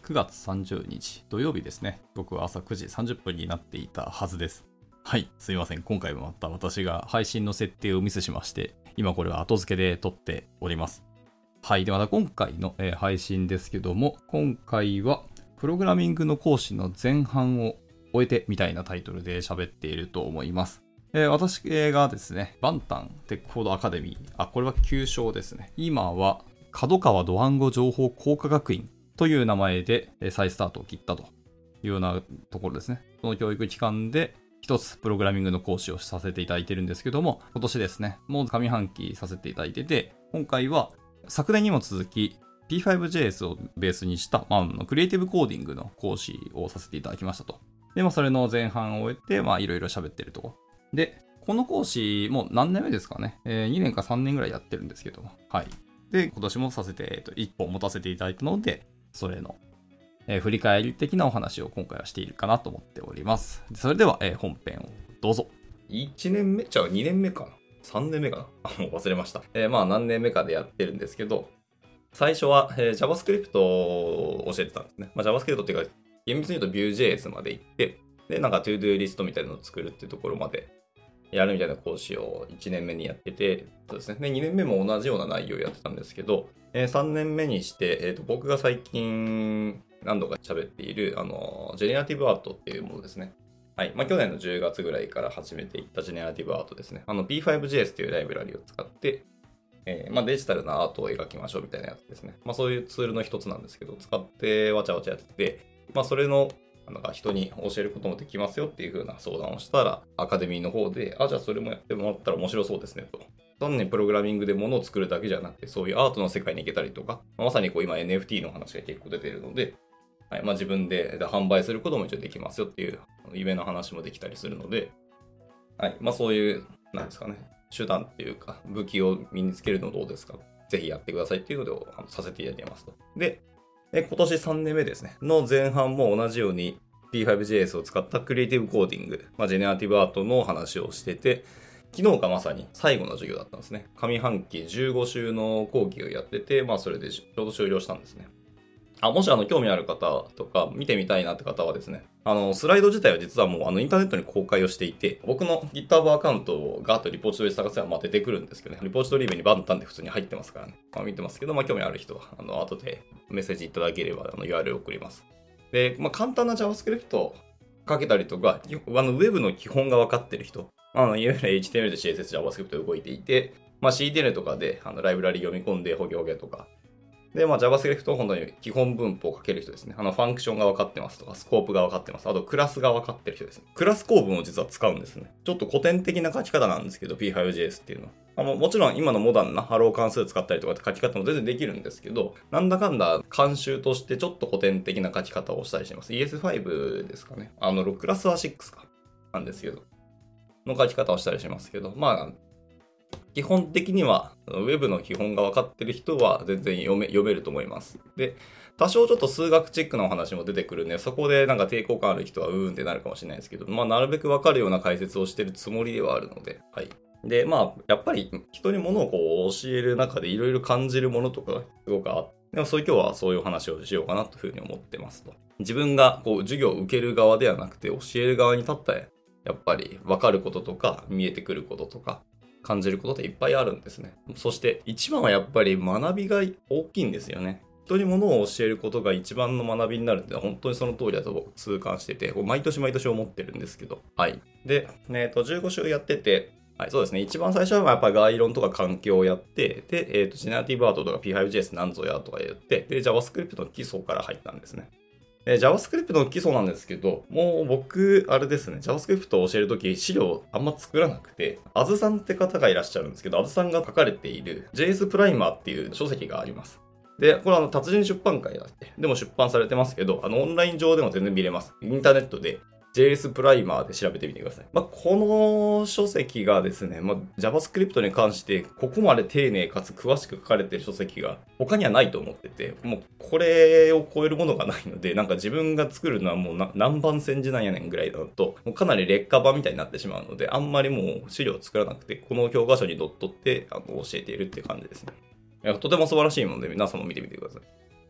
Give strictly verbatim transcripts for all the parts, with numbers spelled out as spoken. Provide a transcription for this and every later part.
くがつさんじゅうにち土曜日ですね。僕は朝くじさんじゅっぷんになっていたはずです。はい、すいません。今回もまた私が配信の設定をミスしまして、今これは後付けで撮っております。はい、でまた今回の、えー、配信ですけども、今回はプログラミングの講師の前半を終えてみたいなタイトルで喋っていると思います。えー、私がですね、バンタンテックフォードアカデミー、あ、これは旧称ですね。今は角川ドワンゴ情報工科学院という名前で再スタートを切ったというようなところですね。その教育機関で一つプログラミングの講師をさせていただいているんですけども、今年ですね、もう上半期させていただいてて、今回は昨年にも続き ピーファイブジェイエス をベースにした、まあ、クリエイティブコーディングの講師をさせていただきましたと。で、まあ、それの前半を終えて、まあ、いろいろ喋ってるところ。で、この講師もう何年目ですかね、えー、にねんかさんねんぐらいやってるんですけども、はい。で、今年もさせて、えっと、いっぽん持たせていただいたので、それの、えー、振り返り的なお話を今回はしているかなと思っております。それでは、えー、本編をどうぞ。 いちねんめじゃあにねんめかな ?さん 年目かなあ、もう忘れました。えー、まあ何年目かでやってるんですけど、最初は、えー、JavaScript を教えてたんですね。まあ、JavaScript っていうか、厳密に言うと Vue.js まで行って、で、なんか ToDo リストみたいなのを作るっていうところまでやるみたいな講師をいちねんめにやってて、そうですね。で、にねんめも同じような内容をやってたんですけど、えー、さんねんめにして、えーと、僕が最近何度か喋っている、あの、ジェネラティブアートっていうものですね。はい。まあ、去年のじゅうがつぐらいから始めていったジェネラティブアートですね。あの、ピーファイブジェイエス っていうライブラリを使って、えー、まあ、デジタルなアートを描きましょうみたいなやつですね。まあ、そういうツールの一つなんですけど、使ってわちゃわちゃやってて、まあ、それの、なんか人に教えることもできますよっていう風な相談をしたら、アカデミーの方で、あ、じゃあそれもやってもらったら面白そうですねと。単にプログラミングで物を作るだけじゃなくて、そういうアートの世界に行けたりとか、まさにこう今 エヌエフティー の話が結構出てるので、はい、まあ、自分で販売することも一応できますよっていう夢の話もできたりするので、はい、まあそういう、なんですかね、手段っていうか、武器を身につけるのどうですか、ぜひやってくださいっていうのでさせていただいてますと。で、今年さんねんめですね、の前半も同じように ピーファイブジェイエス を使ったクリエイティブコーディング、まあ、ジェネラティブアートの話をしてて、昨日がまさに最後の授業だったんですね。上半期じゅうご週の講義をやってて、まあそれでちょうど終了したんですね。あ、もしあの興味ある方とか見てみたいなって方はですね、あのスライド自体は実はもうあのインターネットに公開をしていて、僕の GitHub アカウントがあとリポジトリ探せばまあ出てくるんですけどね、リポジトリームにバンタンで普通に入ってますからね、まあ、見てますけど、まあ興味ある人はあの後でメッセージいただければあの ユーアールエル 送ります。で、まあ簡単な JavaScript かけたりとか、あのウェブの基本が分かってる人、あのいわゆる エイチティーエムエル と シーエスエス、JavaScript で動いていて、まあ シーディーエル とかであのライブラリ読み込んでホゲホゲとか、で、まあ JavaScript を本当に基本文法を書ける人ですね。あのファンクションが分かってますとか、スコープが分かってます。あとクラスが分かってる人ですね。クラス構文を実は使うんですね。ちょっと古典的な書き方なんですけど、ピーファイブジェイエス っていうのは。あのもちろん今のモダンなハロー関数使ったりとかって書き方も全然できるんですけど、なんだかんだ慣習としてちょっと古典的な書き方をしたりしてます。イーエスファイブ ですかね。あの、クラスはろくか。なんですけど。の書き方をしたりしますけど、まあ、基本的には、ウェブの基本が分かってる人は全然読め、読めると思います。で、多少ちょっと数学チックなお話も出てくるんで、そこでなんか抵抗感ある人はうーんってなるかもしれないですけど、まあ、なるべく分かるような解説をしてるつもりではあるので、はい。で、まあ、やっぱり人に物をこう教える中でいろいろ感じるものとかがすごくあって、でもそういう今日はそういう話をしようかなというふうに思ってますと。自分がこう授業を受ける側ではなくて教える側に立ったやっぱり分かることとか見えてくることとか感じることっていっぱいあるんですね。そして一番はやっぱり学びが大きいんですよね。人に物を教えることが一番の学びになるってのは本当にその通りだと僕痛感してて、毎年毎年思ってるんですけど。はい。で、えっと、じゅうご週やってて、はい、そうですね。一番最初はやっぱり概論とか環境をやって、で、えっと、ジェネラティブアートとか ピーファイブジェイエス なんぞやとかやって、で、JavaScript の基礎から入ったんですね。えー、JavaScript の基礎なんですけど、もう僕、あれですね、JavaScript を教えるとき資料あんま作らなくて、あずさんって方がいらっしゃるんですけど、あずさんが書かれている ジェイエス プライマーっていう書籍があります。で、これはあの、達人出版会だって、でも出版されてますけど、あの、オンライン上でも全然見れます。インターネットで ジェイエス プライマーで調べてみてください。まあ、この書籍がですね、まあ、JavaScript に関してここまで丁寧かつ詳しく書かれている書籍が他にはないと思ってて、もうこれを超えるものがないので、なんか自分が作るのはもう何番煎じなんやねんぐらいだと、もうかなり劣化版みたいになってしまうので、あんまりもう資料を作らなくて、この教科書にのっとってあの教えているっていう感じですね。いや、とても素晴らしいもので皆さんも見てみてください。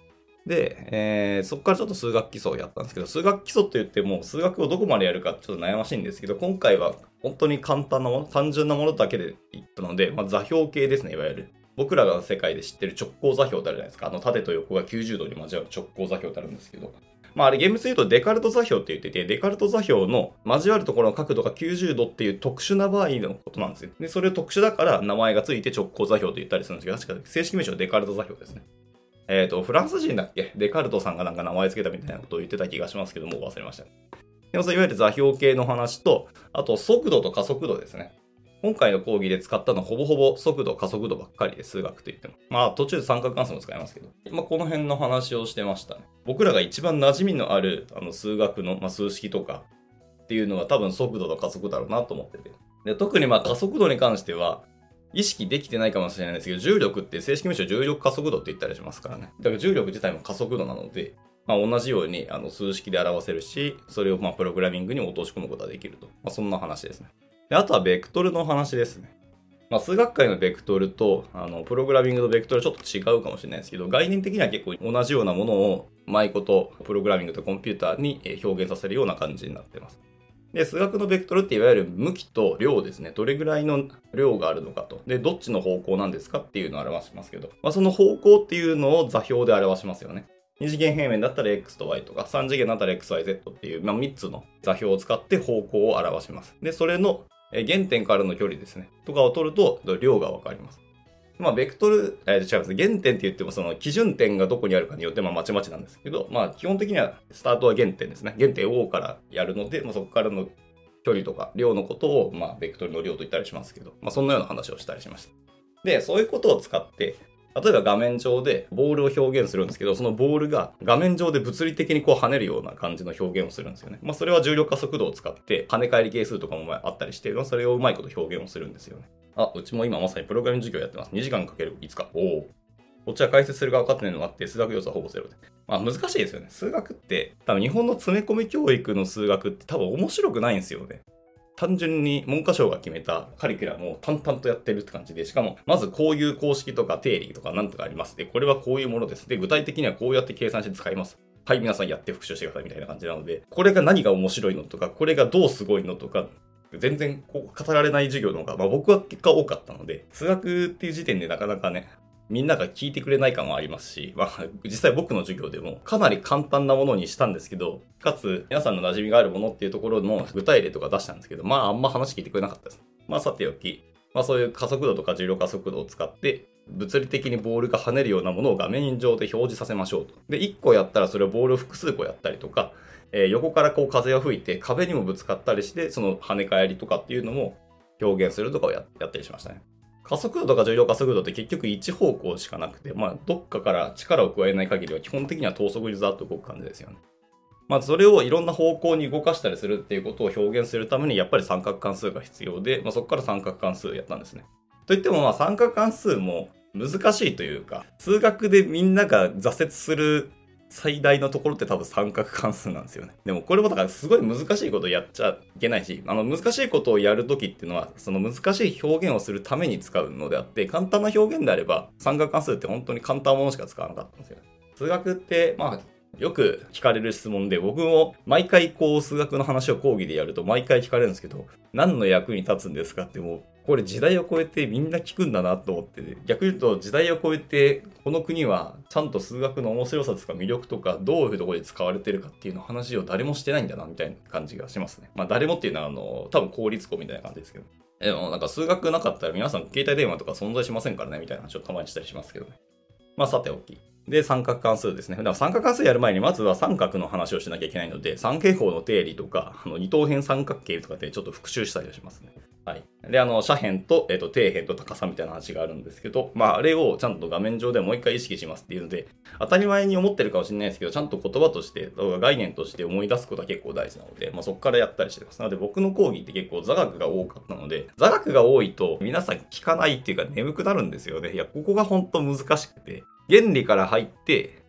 で、えー、そこからちょっと数学基礎をやったんですけど、数学基礎って言っても数学をどこまでやるかちょっと悩ましいんですけど、今回は本当に簡単なもの、単純なものだけでいったので、まあ、座標系ですね、いわゆる。僕らが世界で知ってる直交座標ってあるじゃないですか。あの縦と横がきゅうじゅうどに交わる直交座標ってあるんですけど、まああれ厳密に言うとデカルト座標って言ってて、デカルト座標の交わるところの角度がきゅうじゅうどっていう特殊な場合のことなんですよ。で、それを特殊だから名前がついて直交座標と言ったりするんですけど、確か正式名称はデカルト座標ですね。えっと、フランス人だっけデカルトさんがなんか名前つけたみたいなことを言ってた気がしますけども、忘れました。でもそれいわゆる座標系の話と、あと速度と加速度ですね。今回の講義で使ったのはほぼほぼ速度、加速度ばっかりで、数学と言っても。まあ途中で三角関数も使いますけど、まあこの辺の話をしてましたね。僕らが一番馴染みのあるあの数学の、まあ、数式とかっていうのは多分速度と加速だろうなと思ってて。で特にまあ加速度に関しては、意識できてないかもしれないですけど、重力って正式名称重力加速度って言ったりしますからね。だから重力自体も加速度なので、まあ、同じようにあの数式で表せるし、それをまあプログラミングに落とし込むことができると。まあ、そんな話ですね。であとはベクトルの話ですね。まあ、数学界のベクトルとあのプログラミングのベクトルはちょっと違うかもしれないですけど、概念的には結構同じようなものをうまいことプログラミングとコンピューターに表現させるような感じになっています。で、数学のベクトルっていわゆる向きと量ですね。どれぐらいの量があるのかと。で、どっちの方向なんですかっていうのを表しますけど、まあ、その方向っていうのを座標で表しますよね。に次元平面だったら X と Y とか、さん次元だったら エックスワイゼット っていう、まあ、みっつの座標を使って方向を表します。で、それの原点からの距離ですね。とかを取ると量がわかります。まあ、ベクトル、えー、違います。原点って言っても、その基準点がどこにあるかによって、まあ、まちまちなんですけど、まあ、基本的にはスタートは原点ですね。原点 O からやるので、まあ、そこからの距離とか量のことを、まあ、ベクトルの量と言ったりしますけど、まあ、そんなような話をしたりしました。で、そういうことを使って、例えば画面上でボールを表現するんですけど、そのボールが画面上で物理的にこう跳ねるような感じの表現をするんですよね。まあそれは重力加速度を使って跳ね返り係数とかもあったりして、それをうまいこと表現をするんですよね。あ、うちも今まさにプログラミング授業やってます。にじかんかけるいつか。おお。こっちは解説する側分かってないのがあって、数学要素はほぼゼロで。まあ難しいですよね。数学って多分日本の詰め込み教育の数学って多分面白くないんですよね。単純に文科省が決めたカリキュラムを淡々とやってるって感じで、しかもまずこういう公式とか定理とかなんとかあります。で、これはこういうものです。で、具体的にはこうやって計算して使います。はい、皆さんやって復習してくださいみたいな感じなので、これが何が面白いのとか、これがどうすごいのとか、全然こう語られない授業の方が、まあ僕は結果多かったので、数学っていう時点でなかなかね、みんなが聞いてくれない感はありますし、まあ、実際僕の授業でもかなり簡単なものにしたんですけど、かつ皆さんの馴染みがあるものっていうところの具体例とか出したんですけど、まああんま話聞いてくれなかったです。まあさておき、まあそういう加速度とか重力加速度を使って、物理的にボールが跳ねるようなものを画面上で表示させましょうと。で、いっこやったらそれをボールを複数個やったりとか、えー、横からこう風が吹いて壁にもぶつかったりして、その跳ね返りとかっていうのも表現するとかを や, やったりしましたね。加速度とか重力加速度って結局一方向しかなくて、まあ、どっかから力を加えない限りは基本的には等速にざっと動く感じですよね。まあ、それをいろんな方向に動かしたりするっていうことを表現するためにやっぱり三角関数が必要で、まあ、そこから三角関数をやったんですね。といってもまあ三角関数も難しいというか、数学でみんなが挫折する最大のところって多分三角関数なんですよね。でもこれもだからすごい難しいことをやっちゃいけないし、あの難しいことをやるときっていうのはその難しい表現をするために使うのであって、簡単な表現であれば三角関数って本当に簡単なものしか使わなかったんですよ。数学ってまあよく聞かれる質問で、僕も毎回こう数学の話を講義でやると毎回聞かれるんですけど、何の役に立つんですかってもうこれ時代を超えてみんな聞くんだなと思って、ね、逆に言うと時代を超えてこの国はちゃんと数学の面白さとか魅力とかどういうところで使われてるかっていうの話を誰もしてないんだなみたいな感じがしますね。まあ誰もっていうのはあの多分公立校みたいな感じですけど、でもなんか数学なかったら皆さん携帯電話とか存在しませんからねみたいな話をたまにしたりしますけどね。まあさておき。で、三角関数ですね。だから三角関数やる前にまずは三角の話をしなきゃいけないので、三平方の定理とか、あの二等辺三角形とかでちょっと復習したりしますね。はい。で、あの、斜辺と、えっと、底辺と高さみたいな話があるんですけど、まあ、あれをちゃんと画面上でもう一回意識しますっていうので、当たり前に思ってるかもしれないですけど、ちゃんと言葉として、概念として思い出すことは結構大事なので、まあ、そこからやったりしてます。なので、僕の講義って結構座学が多かったので、座学が多いと皆さん聞かないっていうか眠くなるんですよね。いや、ここが本当難しくて、原理から入って、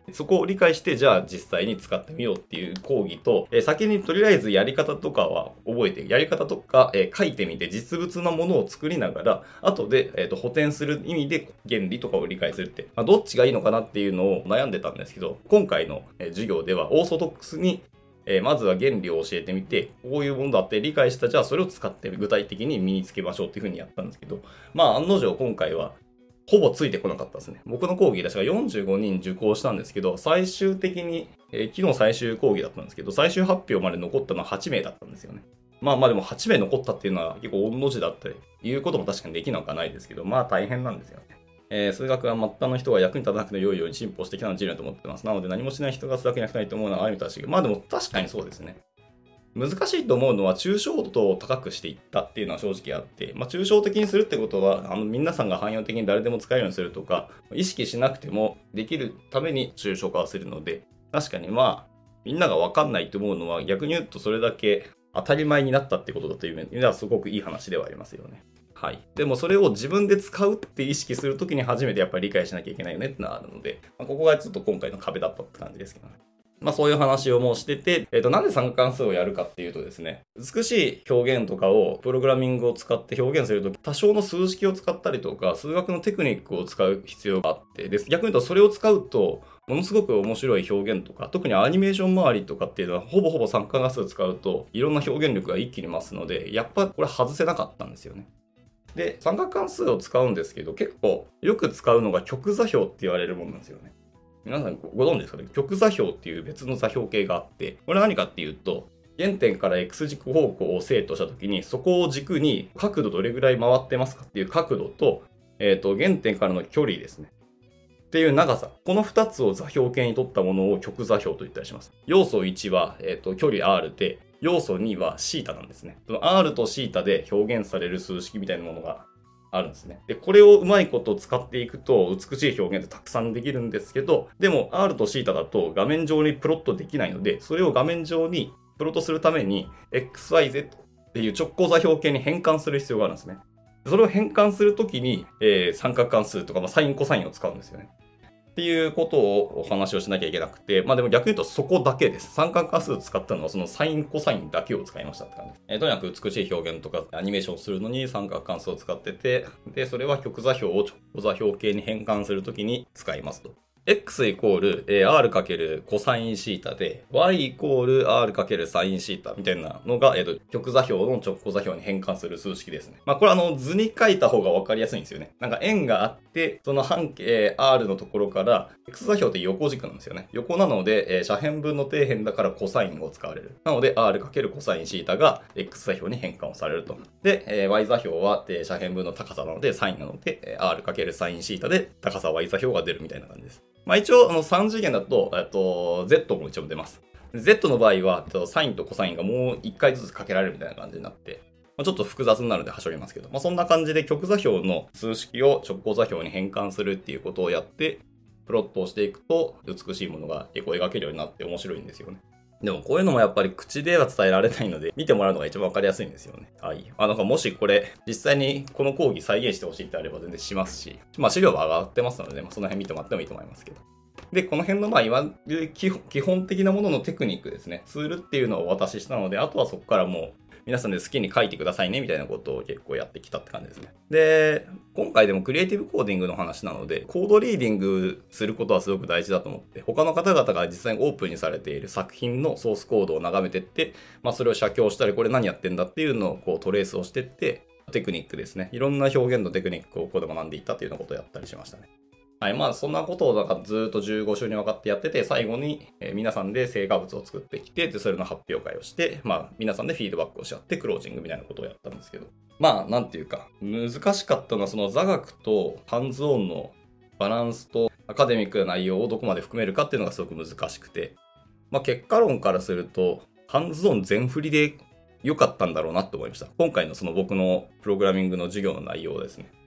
そこを理解して、じゃあ実際に使ってみようっていう講義と、えー、先にとりあえずやり方とかは覚えて、やり方とか、えー、書いてみて実物のものを作りながら、後で、えーと、補填する意味で原理とかを理解するって、まあ、どっちがいいのかなっていうのを悩んでたんですけど、今回の、えー、授業ではオーソドックスにえー、まずは原理を教えてみて、こういうものだって理解した、じゃあそれを使って具体的に身につけましょうっていう風にやったんですけど、まあ案の定今回はほぼついてこなかったですね。僕の講義確かよんじゅうごにん受講したんですけど、最終的に、えー、昨日最終講義だったんですけど、最終発表まで残ったのははちめいだったんですよね。まあまあでもはちめい残ったっていうのは結構御の字だったり、いうことも確かにできなくはないですけど、まあ大変なんですよね。えー、数学は末端の人が役に立たなくて良いように進歩してきたの授業だと思ってます。なので何もしない人が数学に役立たないと思うのはある意味正しい。まあでも確かにそうですね。難しいと思うのは抽象度を高くしていったっていうのは正直あって、まあ、抽象的にするってことはあの皆さんが汎用的に誰でも使えるようにするとか意識しなくてもできるために抽象化をするので、確かにまあみんなが分かんないと思うのは逆に言うとそれだけ当たり前になったってことだという意味ではすごくいい話ではありますよね。はい。でもそれを自分で使うって意識するときに初めてやっぱり理解しなきゃいけないよねってのはあるので、まあ、ここがちょっと今回の壁だったって感じですけどね。まあそういう話をもうしてて、えっと、なんで三関数をやるかっていうとですね、美しい表現とかをプログラミングを使って表現するとき、多少の数式を使ったりとか、数学のテクニックを使う必要があって、です。逆に言うとそれを使うと、ものすごく面白い表現とか、特にアニメーション周りとかっていうのは、ほぼほぼ三関数使うと、いろんな表現力が一気に増すので、やっぱこれ外せなかったんですよね。で、三角関数を使うんですけど、結構よく使うのが極座標って言われるものなんですよね。皆さんご存知ですかね。極座標っていう別の座標系があって、これは何かっていうと、原点から X 軸方向を正としたときに、そこを軸に角度どれぐらい回ってますかっていう角度と、えっと、原点からの距離ですね。っていう長さ。このふたつを座標系に取ったものを極座標と言ったりします。要素いちは、えっと、距離 R で、要素には θ なんですね。その R と θ で表現される数式みたいなものがあるんですね。で、これをうまいこと使っていくと美しい表現ってたくさんできるんですけど、でも R と θ だと画面上にプロットできないので、それを画面上にプロットするために エックスワイゼット っていう直行座標系に変換する必要があるんですね。それを変換するときに、えー、三角関数とか、まあ、サインコサインを使うんですよね。っていうことをお話をしなきゃいけなくて、まあでも逆に言うとそこだけです。三角関数使ったのはそのサインコサインだけを使いましたって感じです。えー、とにかく美しい表現とかアニメーションをするのに三角関数を使ってて、で、それは極座標を直行座標系に変換するときに使いますと。x イコール r かけるコサインシータで y イコール r かけるサインシータみたいなのが、えっと、極座標の直行座標に変換する数式ですね。まあこれあの図に書いた方がわかりやすいんですよね。なんか円があって、その半径 r のところから x 座標って横軸なんですよね。横なので、えー、斜辺分の底辺だからコサインを使われる。なので r かけるコサインシータが x 座標に変換をされると。で、えー、y 座標は、えー、斜辺分の高さなのでサインなので、えー、r かけるサインシータで高さ y 座標が出るみたいな感じです。まあ一応、あの、さん次元だと、えっと、Z も一応出ます。Z の場合は、サインとコサインがもういっかいずつかけられるみたいな感じになって、まあ、ちょっと複雑になるのではしょりますけど、まあそんな感じで極座標の数式を直行座標に変換するっていうことをやって、プロットをしていくと、美しいものが結構描けるようになって面白いんですよね。でもこういうのもやっぱり口では伝えられないので、見てもらうのが一番わかりやすいんですよね。はい。あ、なんかもしこれ、実際にこの講義再現してほしいってあれば全然しますし、まあ資料は上がってますので、まあその辺見てもらってもいいと思いますけど。で、この辺のまあいわゆる基本的なもののテクニックですね。ツールっていうのをお渡ししたので、あとはそこからもう皆さんで好きに書いてくださいねみたいなことを結構やってきたって感じですね。で、今回でもクリエイティブコーディングの話なので、コードリーディングすることはすごく大事だと思って、他の方々が実際にオープンにされている作品のソースコードを眺めてって、まあそれを写経したり、これ何やってんだっていうのをこうトレースをしてって、テクニックですね。いろんな表現のテクニックをここで学んでいったっていうようなことをやったりしましたね。はい。まあ、そんなことをなんかずっとじゅうご週にわかってやってて、最後に、えー、皆さんで成果物を作ってきて、で、それの発表会をして、まあ、皆さんでフィードバックをし合って、クロージングみたいなことをやったんですけど。まあ、なんていうか、難しかったのは、その座学とハンズオンのバランスとアカデミックな内容をどこまで含めるかっていうのがすごく難しくて、まあ、結果論からすると、ハンズオン全振りで良かったんだろうなって思いました。今回のその僕のプログラミングの授業の内容ですね。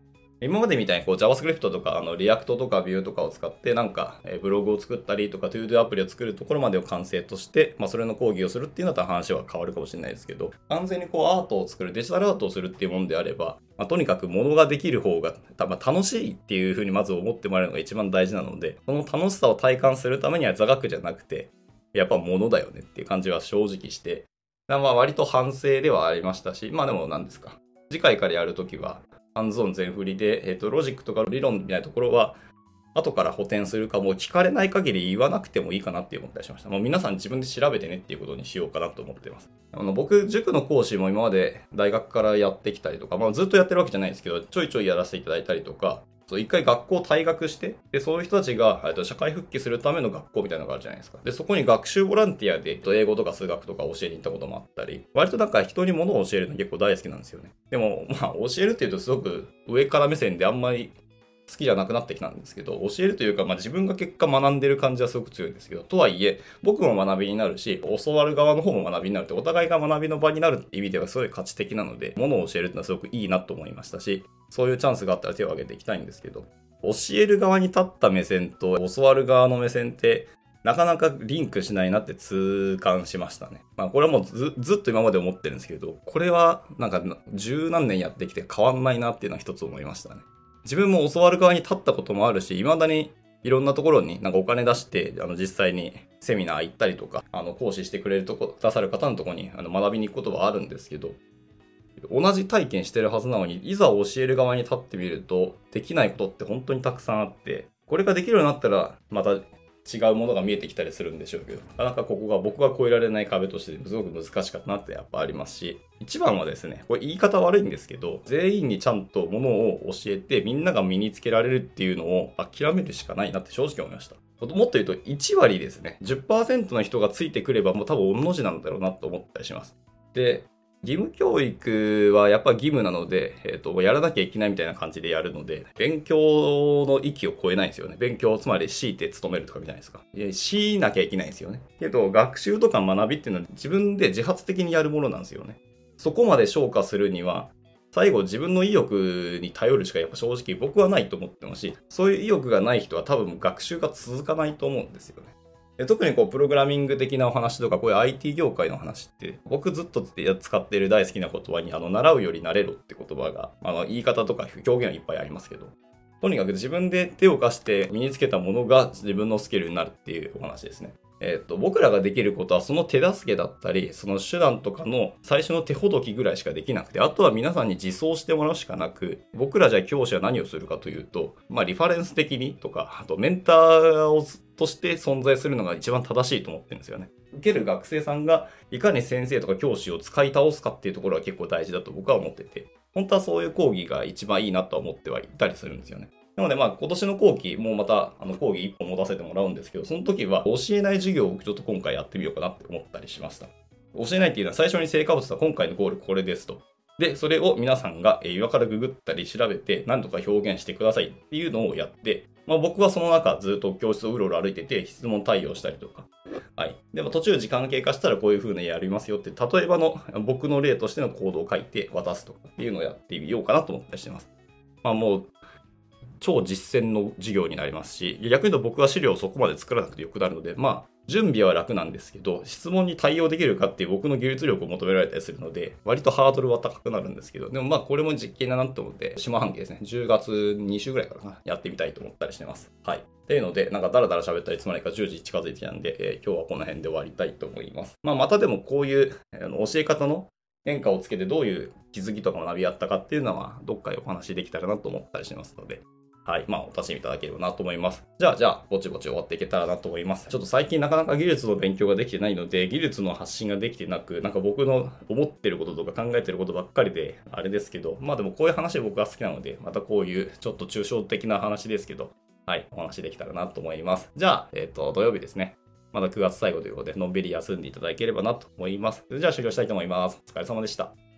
今までみたいにこう JavaScript とかあの React とか Vue とかを使ってなんかブログを作ったりとか ToDo アプリを作るところまでを完成として、まあ、それの講義をするっていうのとは話は変わるかもしれないですけど、完全にこうアートを作る、デジタルアートをするっていうものであれば、まあ、とにかくものができる方がまあ楽しいっていうふうにまず思ってもらえるのが一番大事なので、その楽しさを体感するためには座学じゃなくて、やっぱものだよねっていう感じは正直して、まあ割と反省ではありましたし、まあでも何ですか。次回からやるときは、ハンズオン全振りで、えっと、ロジックとか理論みたいなところは、後から補填するかもう聞かれない限り言わなくてもいいかなって思ったりしました。もう皆さん自分で調べてねっていうことにしようかなと思ってます。あの僕、塾の講師も今まで大学からやってきたりとか、まあずっとやってるわけじゃないですけど、ちょいちょいやらせていただいたりとか、一回学校を退学して、で、そういう人たちが社会復帰するための学校みたいなのがあるじゃないですか。で、そこに学習ボランティアで英語とか数学とか教えに行ったこともあったり、割となんか人に物を教えるの結構大好きなんですよね。でも、まあ、教えるっていうとすごく上から目線であんまり好きじゃなくなってきたんですけど、教えるというか、まあ自分が結果学んでる感じはすごく強いんですけど、とはいえ、僕も学びになるし、教わる側の方も学びになるって、お互いが学びの場になるって意味ではすごい価値的なので、物を教えるっていうのはすごくいいなと思いましたし、そういうチャンスがあったら手を挙げていきたいんですけど、教える側に立った目線と教わる側の目線ってなかなかリンクしないなって痛感しましたね。まあこれはもう ず, ずっと今まで思ってるんですけど、これはなんか十何年やってきて変わんないなっていうのは一つ思いましたね。自分も教わる側に立ったこともあるし、未だにいろんなところになんかお金出してあの実際にセミナー行ったりとか、あの講師してくれるとこ、くださる方のところにあの学びに行くことはあるんですけど、同じ体験してるはずなのに、いざ教える側に立ってみると、できないことって本当にたくさんあって、これができるようになったら、また違うものが見えてきたりするんでしょうけど、なかなかここが僕が越えられない壁としてすごく難しかったなってやっぱありますし、一番はですね、これ言い方悪いんですけど、全員にちゃんとものを教えて、みんなが身につけられるっていうのを諦めるしかないなって正直思いました。もっと言うといち割ですね、じゅっパーセント の人がついてくればもう多分同じなんだろうなと思ったりします。で、義務教育はやっぱ義務なので、えっと、やらなきゃいけないみたいな感じでやるので、勉強の域を超えないんですよね。勉強、つまり強いて勤めるとかじゃないですか。強いなきゃいけないんですよね。けど、学習とか学びっていうのは自分で自発的にやるものなんですよね。そこまで昇華するには、最後自分の意欲に頼るしかやっぱ正直僕はないと思ってますし、そういう意欲がない人は多分学習が続かないと思うんですよね。で特にこうプログラミング的なお話とかこういう アイティー 業界の話って僕ずっと使っている大好きな言葉にあの習うより慣れろって言葉があの言い方とか表現はいっぱいありますけど、とにかく自分で手を貸して身につけたものが自分のスキルになるっていうお話ですね。えっと、僕らができることはその手助けだったり、その手段とかの最初の手ほどきぐらいしかできなくて、あとは皆さんに自走してもらうしかなく、僕らじゃあ教師は何をするかというと、まあリファレンス的にとか、あとメンターをとして存在するのが一番正しいと思ってるんですよね。受ける学生さんがいかに先生とか教師を使い倒すかっていうところが結構大事だと僕は思ってて、本当はそういう講義が一番いいなとは思ってはいたりするんですよね。なのでまあ今年の後期もまたあの講義一本持たせてもらうんですけど、その時は教えない授業をちょっと今回やってみようかなって思ったりしました。教えないっていうのは最初に成果物は今回のゴールこれですと。で、それを皆さんが今からググったり調べて何とか表現してくださいっていうのをやって、まあ僕はその中ずっと教室をうろうろ歩いてて質問対応したりとか。はい。でも途中時間経過したらこういう風にやりますよって、例えばの僕の例としてのコードを書いて渡すとかっていうのをやってみようかなと思ったりしてます。まあもう、超実践の授業になりますし、逆に言うと僕は資料をそこまで作らなくてよくなるので、まあ、準備は楽なんですけど、質問に対応できるかっていう僕の技術力を求められたりするので、割とハードルは高くなるんですけど、でもまあこれも実験だなと思って、下半期ですね、じゅうがつに週ぐらいからかな、やってみたいと思ったりしてます。はい。っていうので、なんかダラダラ喋ったりつまりかじゅうじ近づいてきたんで、えー、今日はこの辺で終わりたいと思います。まあまたでもこういうあの教え方の変化をつけてどういう気づきとか学びあったかっていうのは、どっかでお話できたらなと思ったりしますので、はい。まあ、お楽しみいただければなと思います。じゃあ、じゃあ、ぼちぼち終わっていけたらなと思います。ちょっと最近なかなか技術の勉強ができてないので、技術の発信ができてなく、なんか僕の思ってることとか考えてることばっかりで、あれですけど、まあでもこういう話僕が好きなので、またこういうちょっと抽象的な話ですけど、はい。お話できたらなと思います。じゃあ、えっと、土曜日ですね。まだくがつ最後ということで、のんびり休んでいただければなと思います。じゃあ、終了したいと思います。お疲れ様でした。